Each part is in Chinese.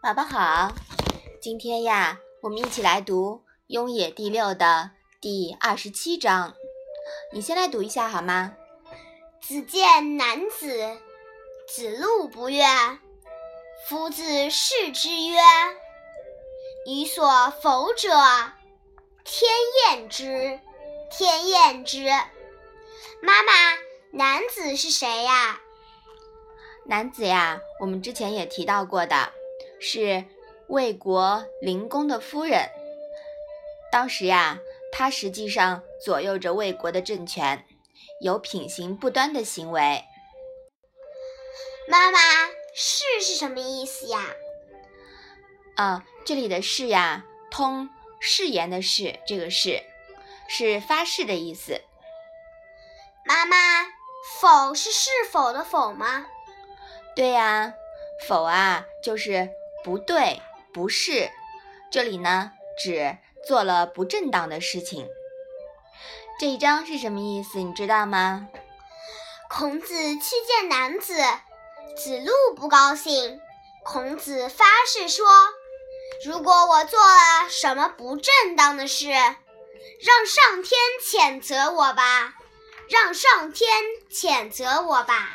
宝宝好，今天呀，我们一起来读《雍也》第6的第27章。你先来读一下好吗？ 子见男子，子路不悦。夫子视之曰：予所否者，天厌之，天厌之。妈妈，男子是谁呀？ 男子呀，我们之前也提到过的，是魏国灵公的夫人。当时呀，他实际上左右着魏国的政权，有品行不端的行为。 妈妈，誓是什么意思呀？ 这里的誓呀，通誓言的誓，这个誓是发誓的意思。 妈妈，否是是否的否吗？ 对呀，否啊就是不对，不是，这里呢指做了不正当的事情。这一章是什么意思你知道吗？ 孔子去见男子，子路不高兴。孔子发誓说，如果我做了什么不正当的事，让上天谴责我吧，让上天谴责我吧。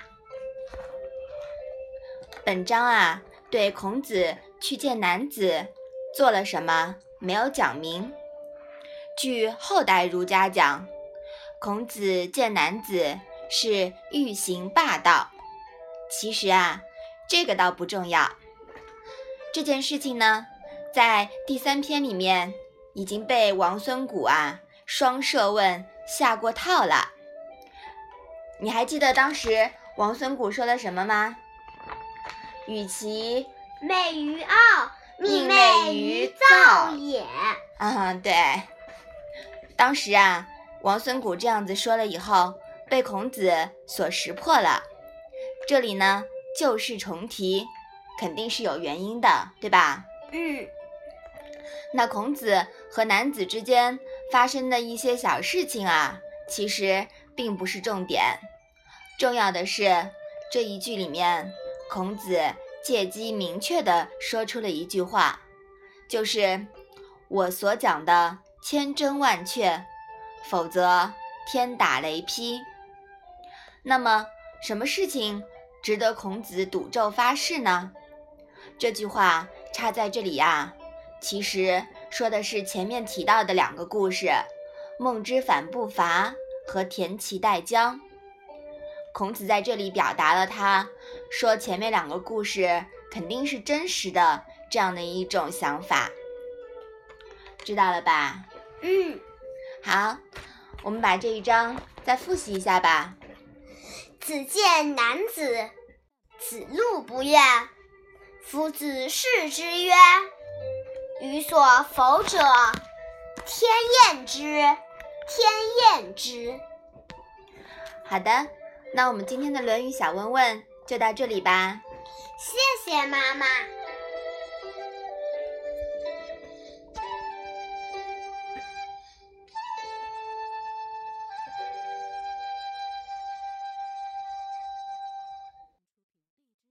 本章啊，对孔子去见男子做了什么没有讲明。据后代儒家讲，孔子见男子是欲行霸道。其实啊，这个倒不重要。这件事情呢，在第3篇里面已经被王孙谷双设问下过套了。你还记得当时王孙谷说了什么吗？与其媚于傲，宁媚于躁也。 对。当时王孙谷这样子说了以后，被孔子所识破了。这里呢，旧事重提，肯定是有原因的，对吧？那孔子和男子之间发生的一些小事情其实并不是重点。重要的是这一句里面，孔子借机明确地说出了一句话，就是我所讲的千真万确，否则天打雷劈。那么什么事情值得孔子赌咒发誓呢？这句话插在这里其实说的是前面提到的2个故事，孟之反不伐和田齐代姜。孔子在这里表达了他说前面2个故事肯定是真实的这样的一种想法，知道了吧？好，我们把这一章再复习一下吧。 子见男子，子路不悦。夫子视之曰：予所否者，天厌之，天厌之。 好的，那我们今天的《论语》小问问就到这里吧。 谢谢妈妈。